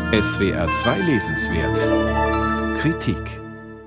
SWR 2 lesenswert Kritik.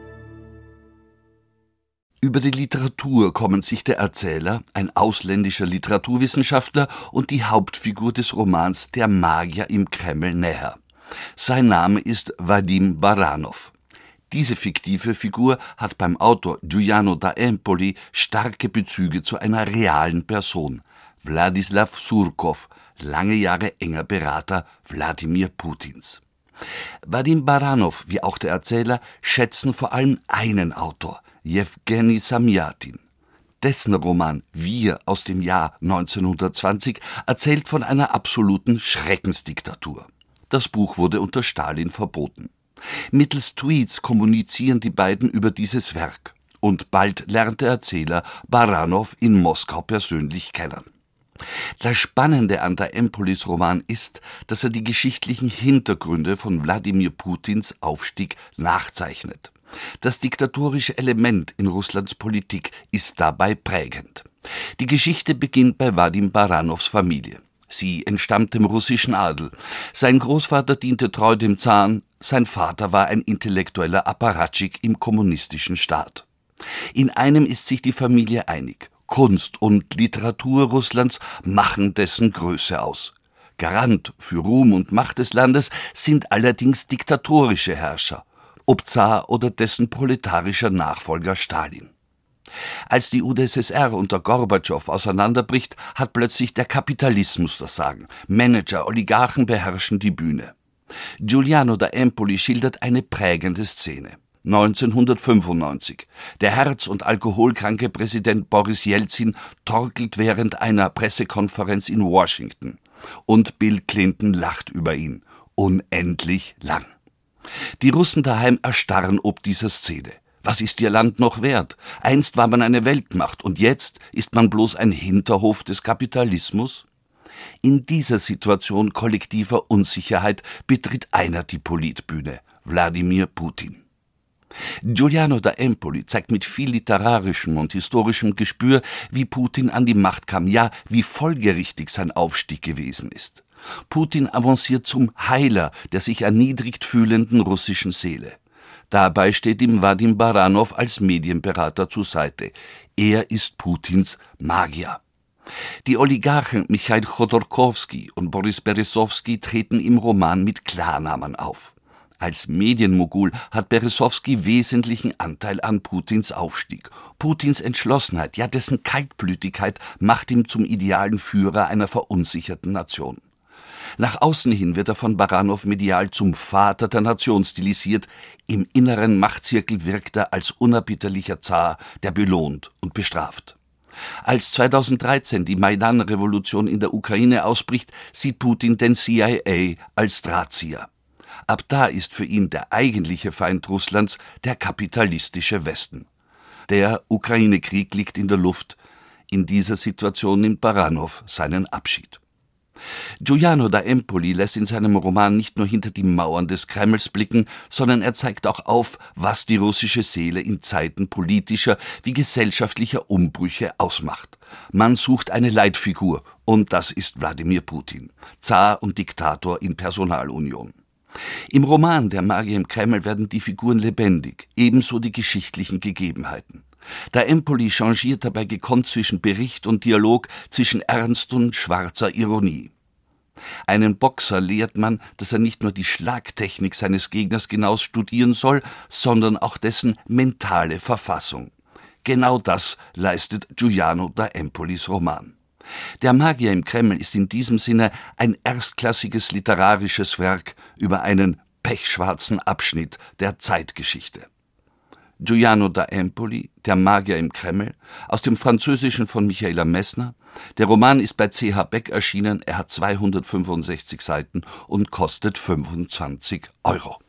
Über die Literatur kommen sich der Erzähler, ein ausländischer Literaturwissenschaftler, und die Hauptfigur des Romans Der Magier im Kreml näher. Sein Name ist Vadim Baranov. Diese fiktive Figur hat beim Autor Giuliano da Empoli starke Bezüge zu einer realen Person, Wladislaw Surkow, lange Jahre enger Berater Wladimir Putins. Vadim Baranov, wie auch der Erzähler, schätzen vor allem einen Autor, Jewgeni Samjatin. Dessen Roman Wir aus dem Jahr 1920 erzählt von einer absoluten Schreckensdiktatur. Das Buch wurde unter Stalin verboten. Mittels Tweets kommunizieren die beiden über dieses Werk. Und bald lernt der Erzähler Baranov in Moskau persönlich kennen. Das Spannende an da Empolis Roman ist, dass er die geschichtlichen Hintergründe von Wladimir Putins Aufstieg nachzeichnet. Das diktatorische Element in Russlands Politik ist dabei prägend. Die Geschichte beginnt bei Vadim Baranovs Familie. Sie entstammt dem russischen Adel. Sein Großvater diente treu dem Zaren, sein Vater war ein intellektueller Apparatschik im kommunistischen Staat. In einem ist sich die Familie einig: Kunst und Literatur Russlands machen dessen Größe aus. Garant für Ruhm und Macht des Landes sind allerdings diktatorische Herrscher, ob Zar oder dessen proletarischer Nachfolger Stalin. Als die UdSSR unter Gorbatschow auseinanderbricht, hat plötzlich der Kapitalismus das Sagen. Manager, Oligarchen beherrschen die Bühne. Giuliano da Empoli schildert eine prägende Szene. 1995. Der herz- und alkoholkranke Präsident Boris Jelzin torkelt während einer Pressekonferenz in Washington. Und Bill Clinton lacht über ihn. Unendlich lang. Die Russen daheim erstarren ob dieser Szene. Was ist ihr Land noch wert? Einst war man eine Weltmacht und jetzt ist man bloß ein Hinterhof des Kapitalismus? In dieser Situation kollektiver Unsicherheit betritt einer die Politbühne: Wladimir Putin. Giuliano da Empoli zeigt mit viel literarischem und historischem Gespür, wie Putin an die Macht kam, ja, wie folgerichtig sein Aufstieg gewesen ist. Putin avanciert zum Heiler der sich erniedrigt fühlenden russischen Seele. Dabei steht ihm Vadim Baranov als Medienberater zur Seite. Er ist Putins Magier. Die Oligarchen Michail Chodorkowski und Boris Berezowski treten im Roman mit Klarnamen auf. Als Medienmogul hat Berezowski wesentlichen Anteil an Putins Aufstieg. Putins Entschlossenheit, ja dessen Kaltblütigkeit, macht ihn zum idealen Führer einer verunsicherten Nation. Nach außen hin wird er von Baranov medial zum Vater der Nation stilisiert. Im inneren Machtzirkel wirkt er als unerbittlicher Zar, der belohnt und bestraft. Als 2013 die Maidan-Revolution in der Ukraine ausbricht, sieht Putin den CIA als Drahtzieher. Ab da ist für ihn der eigentliche Feind Russlands der kapitalistische Westen. Der Ukraine-Krieg liegt in der Luft. In dieser Situation nimmt Baranov seinen Abschied. Giuliano da Empoli lässt in seinem Roman nicht nur hinter die Mauern des Kremls blicken, sondern er zeigt auch auf, was die russische Seele in Zeiten politischer wie gesellschaftlicher Umbrüche ausmacht. Man sucht eine Leitfigur, und das ist Wladimir Putin, Zar und Diktator in Personalunion. Im Roman Der Magier im Kreml werden die Figuren lebendig, ebenso die geschichtlichen Gegebenheiten. Da Empoli changiert dabei gekonnt zwischen Bericht und Dialog, zwischen Ernst und schwarzer Ironie. Einen Boxer lehrt man, dass er nicht nur die Schlagtechnik seines Gegners genau studieren soll, sondern auch dessen mentale Verfassung. Genau das leistet Giuliano da Empolis Roman. Der Magier im Kreml ist in diesem Sinne ein erstklassiges literarisches Werk über einen pechschwarzen Abschnitt der Zeitgeschichte. Giuliano da Empoli, Der Magier im Kreml, aus dem Französischen von Michaela Messner. Der Roman ist bei C.H. Beck erschienen, er hat 265 Seiten und kostet 25 €.